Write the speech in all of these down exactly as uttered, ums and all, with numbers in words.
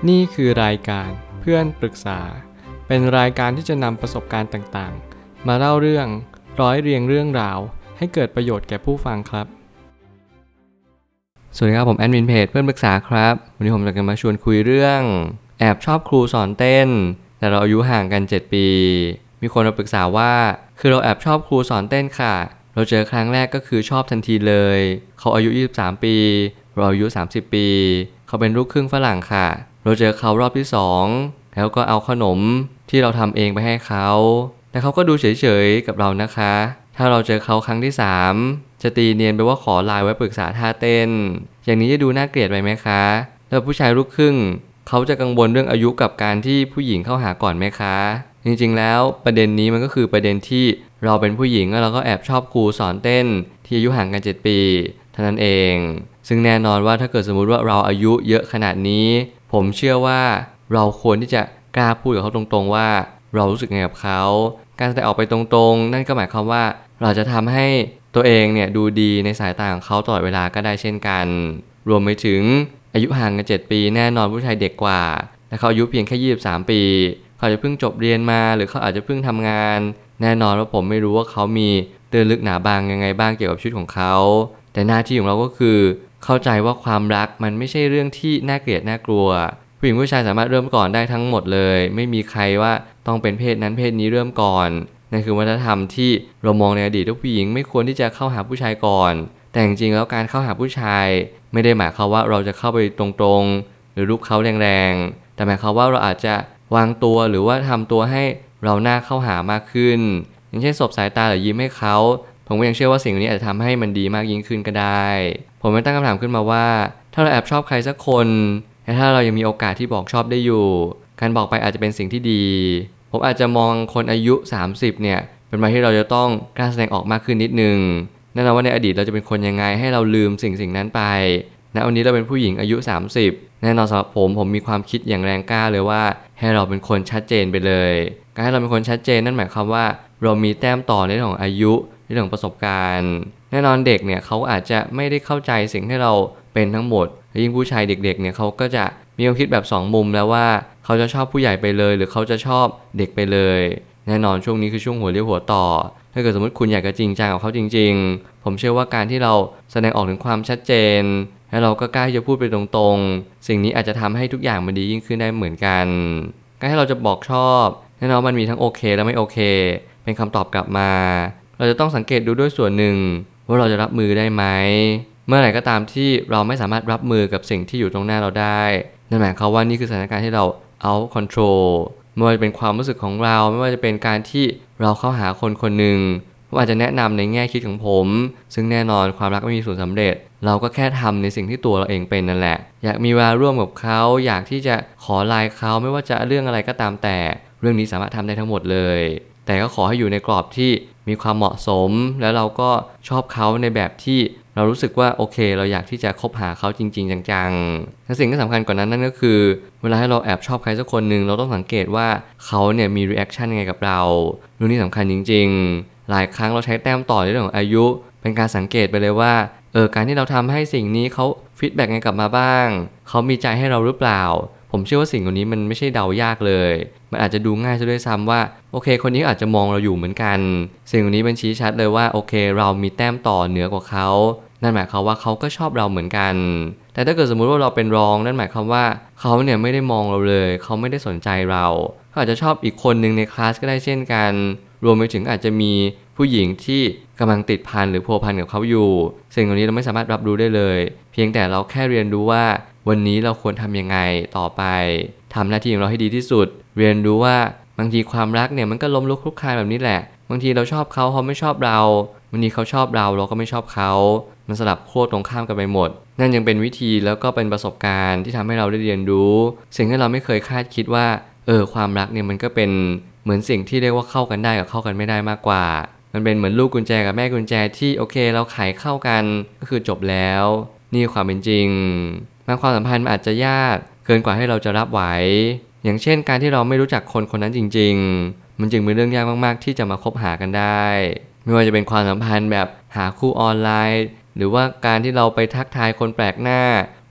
นี่คือรายการเพื่อนปรึกษาเป็นรายการที่จะนำประสบการณ์ต่างๆมาเล่าเรื่องร้อยเรียงเรื่องราวให้เกิดประโยชน์แก่ผู้ฟังครับสวัสดีครับผมแอดมินเพจเพื่อนปรึกษาครับวันนี้ผมจะมาชวนคุยเรื่องแอบชอบครูสอนเต้นแต่เราอายุห่างกันเจ็ดปีมีคนมาปรึกษาว่าคือเราแอบชอบครูสอนเต้นค่ะเราเจอครั้งแรกก็คือชอบทันทีเลยเขาอายุยี่สิบสามปีเราอายุสามสิบปีเขาเป็นลูกครึ่งฝรั่งค่ะเราเจอเขารอบที่สองแล้วก็เอาขนมที่เราทำเองไปให้เขาแต่เขาก็ดูเฉยๆกับเรานะคะถ้าเราเจอเขาครั้งที่สามจะตีเนียนไปว่าขอไลน์ไว้ปรึกษาท่าเต้นอย่างนี้จะดูน่าเกลียดไปไหมคะแล้วผู้ชายลูกครึ่งเขาจะกังวลเรื่องอายุกับการที่ผู้หญิงเข้าหาก่อนไหมคะจริงๆแล้วประเด็นนี้มันก็คือประเด็นที่เราเป็นผู้หญิงแล้วเราก็แอบชอบครูสอนเต้นที่อายุห่างกันเจ็ดปีเท่านั้นเองซึ่งแน่นอนว่าถ้าเกิดสมมุติว่าเราอายุเยอะขนาดนี้ผมเชื่อว่าเราควรที่จะกล้าพูดกับเขาตรงๆว่าเรารู้สึกไงกับเขาการแสดงออกไปตรงๆนั่นก็หมายความว่าเราจะทำให้ตัวเองเนี่ยดูดีในสายตาของเขาตลอดเวลาก็ได้เช่นกันรวมไปถึงอายุห่างกันเจ็ดปีแน่นอนผู้ชายเด็กกว่าและเขาอายุเพียงแค่ยี่สิบสามปีเขาจะเพิ่งจบเรียนมาหรือเขาอาจจะเพิ่งทำงานแน่นอนว่าผมไม่รู้ว่าเขามีตื้นลึกหนาบางยังไงบ้างเกี่ยวกับชีวิตของเขาแต่หน้าที่ของเราก็คือเข้าใจว่าความรักมันไม่ใช่เรื่องที่น่าเกลียดน่ากลัวผู้หญิงผู้ชายสามารถเริ่มก่อนได้ทั้งหมดเลยไม่มีใครว่าต้องเป็นเพศนั้นเพศนี้เริ่มก่อนนั่นคือวัฒนธรรมที่เรามองในอดีตว่าผู้หญิงไม่ควรที่จะเข้าหาผู้ชายก่อนแต่จริงๆแล้วการเข้าหาผู้ชายไม่ได้หมายความว่าเราจะเข้าไปตรงๆหรือลุกเขาแรงๆแต่หมายความว่าเราอาจจะวางตัวหรือว่าทำตัวให้เราหน้าเข้าหามากขึ้นอย่างเช่นสบสายตาหรือยิ้มให้เขาผมก็ยังเชื่อว่าสิ่งนี้อาจจะทำให้มันดีมากยิ่งขึ้นก็ได้ผมไม่ตั้งคำถามขึ้นมาว่าถ้าเราแอบชอบใครสักคนแต่ถ้าเรายังมีโอกาสที่บอกชอบได้อยู่การบอกไปอาจจะเป็นสิ่งที่ดีผมอาจจะมองคนอายุสามสิบเนี่ยเป็นวัยที่เราจะต้องกล้าแสดงออกมากขึ้นนิดนึงแน่นอนว่าในอดีตเราจะเป็นคนยังไงให้เราลืมสิ่งสิ่งนั้นไปณวันนี้เราเป็นผู้หญิงอายุสามสิบแน่นอนสำหรับผมผมมีความคิดอย่างแรงกล้าเลยว่าให้เราเป็นคนชัดเจนไปเลยการให้เราเป็นคนชัดเจนนั่นหมายความว่าเรามีแต้มต่อในเรื่องของอายุในเรื่องของประสบการณ์แน่นอนเด็กเนี่ยเขาอาจจะไม่ได้เข้าใจสิ่งที่เราเป็นทั้งหมดยิ่งผู้ชายเด็กๆเนี่ยเขาก็จะมีความคิดแบบสองมุมแล้วว่าเขาจะชอบผู้ใหญ่ไปเลยหรือเขาจะชอบเด็กไปเลยแน่นอนช่วงนี้คือช่วงหัวเลี้ยวหัวต่อถ้าเกิดสมมติคุณอยากจะจริงจังกับเขาจริงๆผมเชื่อว่าการที่เราแสดงออกถึงความชัดเจนและเราก็กล้าที่จะพูดไปตรงๆสิ่งนี้อาจจะทำให้ทุกอย่างมันดียิ่งขึ้นได้เหมือนกันการให้เราจะบอกชอบแน่นอนมันมีทั้งโอเคและไม่โอเคเป็นคำตอบกลับมาเราจะต้องสังเกตดูด้วยส่วนหนึ่งว่าเราจะรับมือได้ไหมเมื่อไหร่ก็ตามที่เราไม่สามารถรับมือกับสิ่งที่อยู่ตรงหน้าเราได้นั่นหมายความว่านี่คือสถานการณ์ที่เรา out control ไม่ว่าจะเป็นความรู้สึกของเราไม่ว่าจะเป็นการที่เราเข้าหาคนคนหนึ่งผมอาจจะแนะนำในแง่คิดของผมซึ่งแน่นอนความรักไม่มีสูตรสำเร็จเราก็แค่ทำในสิ่งที่ตัวเราเองเป็นนั่นแหละอยากมีเวลาร่วมกับเขาอยากที่จะขอไลน์เขาไม่ว่าจะเรื่องอะไรก็ตามแต่เรื่องนี้สามารถทำได้ทั้งหมดเลยแต่ก็ขอให้อยู่ในกรอบที่มีความเหมาะสมแล้วเราก็ชอบเขาในแบบที่เรารู้สึกว่าโอเคเราอยากที่จะคบหาเขาจริงๆจังๆและสิ่งที่สำคัญกว่านั้นนั่นก็คือเวลาให้เราแอบชอบใครสักคนหนึ่งเราต้องสังเกตว่าเขาเนี่ยมีรีแอคชั่นยังไงกับเราเรื่องนี้สำคัญจริงๆหลายครั้งเราใช้แต้มต่อในเรื่องของอายุเป็นการสังเกตไปเลยว่าเออการที่เราทำให้สิ่งนี้เขาฟีดแบ็กยังไงกลับมาบ้างเขามีใจให้เราหรือเปล่าผมเชื่อว่าสิ่งเหล่านี้มันไม่ใช่เดายากเลยมันอาจจะดูง่ายซะด้วยซ้ำว่าโอเคคนนี้อาจจะมองเราอยู่เหมือนกันสิ่งเหล่านี้มันชี้ชัดเลยว่าโอเคเรามีแต้มต่อเหนือกว่าเขานั่นหมายความว่าเขาก็ชอบเราเหมือนกันแต่ถ้าเกิดสมมุติว่าเราเป็นรองนั่นหมายความว่าเขาเนี่ยไม่ได้มองเราเลยเขาไม่ได้สนใจเราเขาอาจจะชอบอีกคนนึงในคลาสก็ได้เช่นกันรวมไปถึงอาจจะมีผู้หญิงที่กำลังติดพันหรือพัวพันกับเขาอยู่สิ่งเหล่านี้เราไม่สามารถรับรู้ได้เลยเพียงแต่เราแค่เรียนรู้ว่าวันนี้เราควรทำยังไงต่อไปทำหน้าที่ของเราให้ดีที่สุดเรียนรู้ว่าบางทีความรักเนี่ยมันก็ล้มลุกคลุกคลานแบบนี้แหละบางทีเราชอบเขาเขาไม่ชอบเราบางทีเขาชอบเราเราก็ไม่ชอบเขามันสลับขั้วตรงข้ามกันไปหมดนั่นยังเป็นวิธีแล้วก็เป็นประสบการณ์ที่ทำให้เราได้เรียนรู้สิ่งที่เราไม่เคยคาดคิดว่าเออความรักเนี่ยมันก็เป็นเหมือนสิ่งที่เรียกว่าเข้ากันได้กับเข้ากันไม่ได้มากกว่ามันเป็นเหมือนลูกกุญแจกับแม่กุญแจที่โอเคเราไขเข้ากันก็คือจบแล้วนี่ความเป็นจริงบางความสัมพันธ์มันอาจจะยากเกินกว่าให้เราจะรับไหวอย่างเช่นการที่เราไม่รู้จักคนคนนั้นจริงๆมันจึงเป็นเรื่องยากมากๆที่จะมาคบหากันได้ไม่ว่าจะเป็นความสัมพันธ์แบบหาคู่ออนไลน์หรือว่าการที่เราไปทักทายคนแปลกหน้า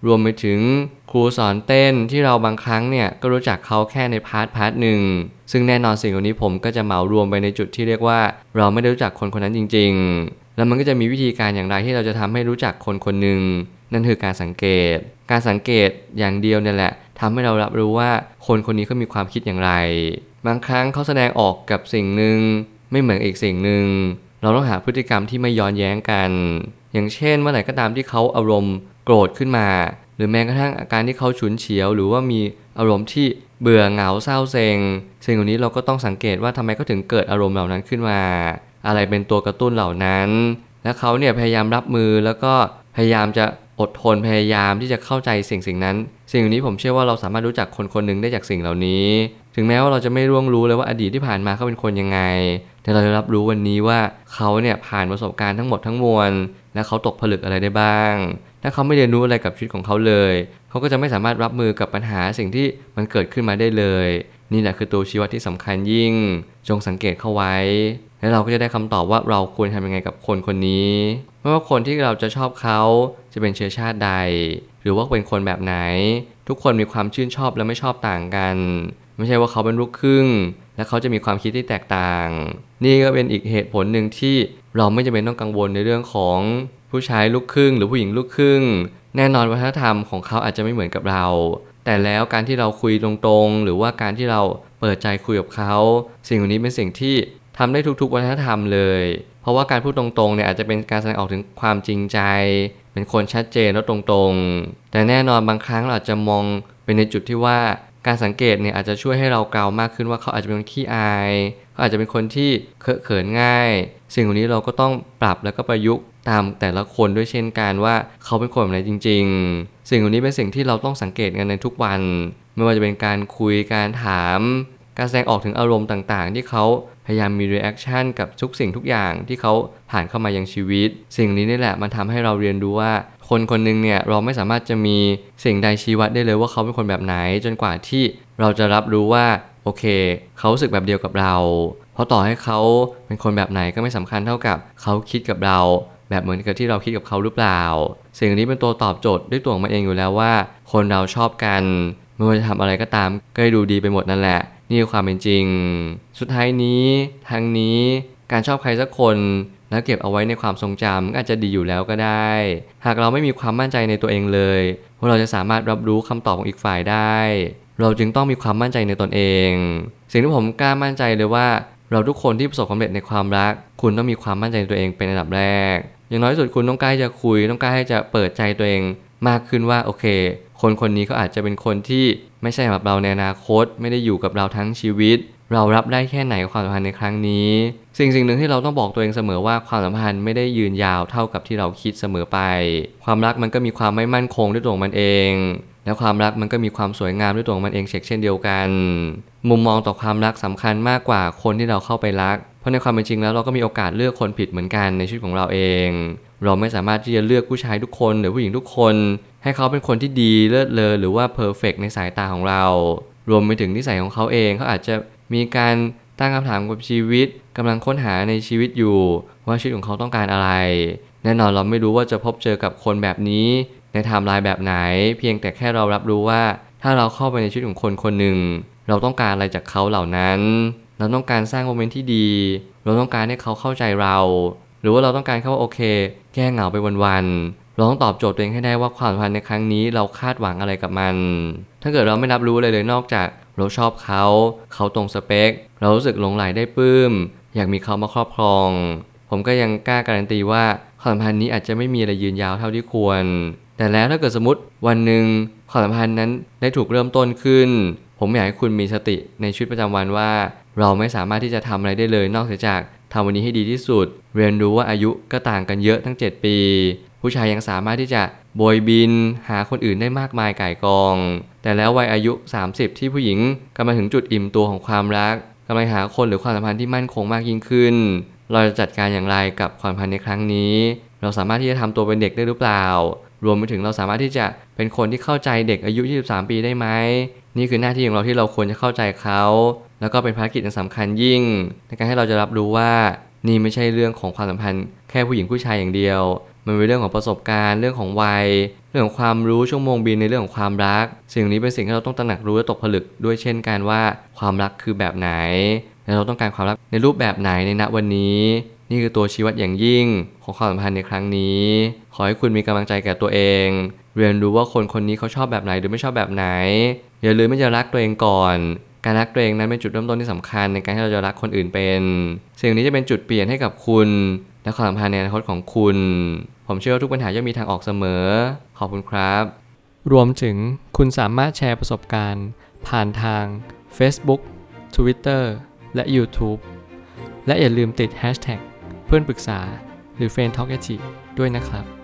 รวมไปถึงครูสอนเต้นที่เราบางครั้งเนี่ยก็รู้จักเขาแค่ในพาร์ทพาร์ทหนึ่งซึ่งแน่นอนสิ่งเหล่านี้ผมก็จะเหมารวมไปในจุดที่เรียกว่าเราไม่ได้รู้จักคนคนนั้นจริงๆแล้วมันก็จะมีวิธีการอย่างไรที่เราจะทำให้รู้จักคนคนหนึ่งนั่นคือการสังเกตการสังเกตอย่างเดียวเนี่ยแหละทำให้เรารับรู้ว่าคนคนนี้เขามีความคิดอย่างไรบางครั้งเขาแสดงออกกับสิ่งหนึ่งไม่เหมือนอีกสิ่งหนึ่งเราต้องหาพฤติกรรมที่ไม่ย้อนแย้งกันอย่างเช่นเมื่อไหร่ก็ตามที่เขาอารมณ์โกรธขึ้นมาหรือแม้กระทั่งอาการที่เขาฉุนเฉียวหรือว่ามีอารมณ์ที่เบื่อเหงาเศร้าเซ็งสิ่งเหล่านี้เราก็ต้องสังเกตว่าทำไมเขาถึงเกิดอารมณ์เหล่านั้นขึ้นมาอะไรเป็นตัวกระตุ้นเหล่านั้นและเขาเนี่ยพยายามรับมือแล้วก็พยายามจะอดทนพยายามที่จะเข้าใจสิ่งสิ่งนั้นสิ่งเหล่านี้ผมเชื่อว่าเราสามารถรู้จักคนคนหนึ่งได้จากสิ่งเหล่านี้ถึงแม้ว่าเราจะไม่ร่วงรู้เลยว่าอดีตที่ผ่านมาเขาเป็นคนยังไงแต่เราจะรับรู้วันนี้ว่าเขาเนี่ยผ่านประสบการณ์ทั้งหมดทั้งมวลและเขาตกผลึกอะไรได้บ้างถ้าเขาไม่เรียนรู้อะไรกับชีวิตของเขาเลยเขาก็จะไม่สามารถรับมือกับปัญหาสิ่งที่มันเกิดขึ้นมาได้เลยนี่แหละคือตัวชี้วัดที่สำคัญยิ่งจงสังเกตเข้าไว้แล้วเราก็จะได้คำตอบว่าเราควรทำยังไงกับคนคนนี้ไม่ว่าคนที่เราจะชอบเขาจะเป็นเชื้อชาติใดหรือว่าเป็นคนแบบไหนทุกคนมีความชื่นชอบและไม่ชอบต่างกันไม่ใช่ว่าเขาเป็นลูกครึ่งและเขาจะมีความคิดที่แตกต่างนี่ก็เป็นอีกเหตุผลหนึ่งที่เราไม่จำเป็นต้องกังวลในเรื่องของผู้ชายลูกครึ่งหรือผู้หญิงลูกครึ่งแน่นอนวัฒนธรรมของเขาอาจจะไม่เหมือนกับเราแต่แล้วการที่เราคุยตรงๆหรือว่าการที่เราเปิดใจคุยกับเขาสิ่งเหล่านี้เป็นสิ่งที่ทำได้ทุกๆวัฒนธรรมเลยเพราะว่าการพูดตรงๆเนี่ยอาจจะเป็นการแสดงออกถึงความจริงใจเป็นคนชัดเจนและตรงๆแต่แน่นอนบางครั้งเราอาจจะมองเป็นในจุดที่ว่าการสังเกตเนี่ยอาจจะช่วยให้เราเกลามากขึ้นว่าเขาอาจจะเป็นคนขี้อายเขาอาจจะเป็นคนที่เคอะเขินง่ายสิ่งเหล่านี้เราก็ต้องปรับแล้วก็ประยุกต์ตามแต่ละคนด้วยเช่นกันว่าเขาเป็นคนแบบไหนจริงๆสิ่งเหล่านี้เป็นสิ่งที่เราต้องสังเกตกันในทุกวันไม่ว่าจะเป็นการคุยการถามการแสดงออกถึงอารมณ์ต่างๆที่เขาพยายามมีรีแอคชั่นกับทุกสิ่งทุกอย่างที่เขาผ่านเข้ามายังชีวิตสิ่งนี้นี่แหละมันทำให้เราเรียนรู้ว่าคนคนหนึ่งเนี่ยเราไม่สามารถจะมีสิ่งใดชี้วัดได้เลยว่าเขาเป็นคนแบบไหนจนกว่าที่เราจะรับรู้ว่าโอเคเขารู้สึกแบบเดียวกับเราเพราะต่อให้เขาเป็นคนแบบไหนก็ไม่สำคัญเท่ากับเขาคิดกับเราแบบเหมือนกับที่เราคิดกับเขาหรือเปล่าสิ่งนี้เป็นตัวตอบโจทย์ด้วยตัวของมันเองอยู่แล้วว่าคนเราชอบกันไม่ว่าจะทำอะไรก็ตามก็ดูดีไปหมดนั่นแหละนี่คือความเป็นจริงสุดท้ายนี้ทั้งนี้การชอบใครสักคนแล้วเก็บเอาไว้ในความทรงจำก็อาจจะดีอยู่แล้วก็ได้หากเราไม่มีความมั่นใจในตัวเองเลยว่าเราจะสามารถรับรู้คำตอบของอีกฝ่ายได้เราจึงต้องมีความมั่นใจในตนเองสิ่งที่ผมกล้ามั่นใจเลยว่าเราทุกคนที่ประสบความสำเร็จในความรักคุณต้องมีความมั่นใจในตัวเองเป็นอันดับแรกอย่างน้อยสุดคุณต้องกล้าจะคุยต้องกล้าให้จะเปิดใจตัวเองมากขึ้นว่าโอเคคนคนนี้เขาอาจจะเป็นคนที่ไม่ใช่แบบเราในอนาคตไม่ได้อยู่กับเราทั้งชีวิตเรารับได้แค่ไหนกับความสัมพันธ์ในครั้งนี้สิ่งสิ่งหนึ่งที่เราต้องบอกตัวเองเสมอว่าความสัมพันธ์ไม่ได้ยืนยาวเท่ากับที่เราคิดเสมอไปความรักมันก็มีความไม่มั่นคงด้วยตัวของมันเองและความรักมันก็มีความสวยงามด้วยตัวของมันเองเช่นเดียวกันมุมมองต่อความรักสำคัญมากกว่าคนที่เราเข้าไปรักเพราะในความเป็นจริงแล้วเราก็มีโอกาสเลือกคนผิดเหมือนกันในชีวิตของเราเองเราไม่สามารถที่จะเลือกผู้ชายทุกคนหรือผู้หญิงทุกคนให้เขาเป็นคนที่ดีเลิศเลอหรือว่าเพอร์เฟกต์ในสายตาของเรารวมไปถึงนิสัยของเขาเองเขาอาจจะมีการตั้งคำถามกับชีวิตกำลังค้นหาในชีวิตอยู่ว่าชีวิตของเขาต้องการอะไรแน่นอนเราไม่รู้ว่าจะพบเจอกับคนแบบนี้ในไทม์ไลน์แบบไหนเพียงแต่แค่เรารับรู้ว่าถ้าเราเข้าไปในชีวิตของคนคนหนึ่งเราต้องการอะไรจากเขาเหล่านั้นเราต้องการสร้างโมเมนต์ที่ดีเราต้องการให้เขาเข้าใจเราหรือว่าเราต้องการแค่ว่าโอเคแก้เหงาไปวันๆเราต้องตอบโจทย์ตัวเองให้ได้ว่าความสัมพันธ์ในครั้งนี้เราคาดหวังอะไรกับมันถ้าเกิดเราไม่รับรู้อะไรเลยนอกจากเราชอบเขาเขาตรงสเปคเรารู้สึกหลงใหลได้ปลื้มอยากมีเขามาครอบครองผมก็ยังกล้าการันตีว่าความสัมพันธ์นี้อาจจะไม่มีอะไรยืนยาวเท่าที่ควรแต่แล้วถ้าเกิดสมมติวันหนึ่งความสัมพันธ์นั้นได้ถูกเริ่มต้นขึ้นผมอยากให้คุณมีสติในชีวิตประจำวันว่าเราไม่สามารถที่จะทำอะไรได้เลยนอกจากทำวันนี้ให้ดีที่สุดเรียนรู้ว่าอายุก็ต่างกันเยอะทั้งเจ็ดปีผู้ชายยังสามารถที่จะโบยบินหาคนอื่นได้มากมายก่ายกองแต่แล้ววัยอายุสามสิบที่ผู้หญิงกำลังถึงจุดอิ่มตัวของความรักกำลังหาคนหรือความสัมพันธ์ที่มั่นคงมากยิ่งขึ้นเราจะจัดการอย่างไรกับความสัมพันธ์ในครั้งนี้เราสามารถที่จะทำตัวเป็นเด็กได้หรือเปล่ารวมไปถึงเราสามารถที่จะเป็นคนที่เข้าใจเด็กอายุยี่สิบสามปีได้ไหมนี่คือหน้าที่ของเราที่เราควรจะเข้าใจเขาแล้วก็เป็นภารกิจที่สำคัญยิ่งในการให้เราจะรับรู้ว่านี่ไม่ใช่เรื่องของความสัมพันธ์แค่ผู้หญิงผู้ชายอย่างเดียวมันเป็นเรื่องของประสบการณ์เรื่องของวัยเรื่องของความรู้ชั่วโมงบินในเรื่องของความรักสิ่งนี้เป็นสิ่งที่เราต้องตระหนักรู้และตกผลึกด้วยเช่นกันว่าความรักคือแบบไหนและเราต้องการความรักในรูปแบบไหนในณวันนี้นี่คือตัวชี้วัดอย่างยิ่งของความสัมพันธ์ในครั้งนี้ขอให้คุณมีกำลังใจแก่ตัวเองเรียนรู้ว่าคนคนนี้เขาชอบแบบไหนหรือไม่ชอบแบบไหนอย่าลืมไม่จะรักตัวเองก่อนการรักตัวเองนั้นเป็นจุดเริ่มต้นที่สำคัญในการที่เราจะรักคนอื่นเป็นสิ่งนี้จะเป็นจุดเปลี่ยนให้กับคุณและความสัมพันธ์ในอนาคตของคุณผมเชื่อว่าทุกปัญหาย่อมมีทางออกเสมอขอบคุณครับรวมถึงคุณสามารถแชร์ประสบการณ์ผ่านทาง Facebook Twitter และ YouTube และอย่าลืมติด แฮชแท็ก เพื่อนปรึกษาหรือ เฟรนด์ ทอล์ก แอท ด้วยนะครับ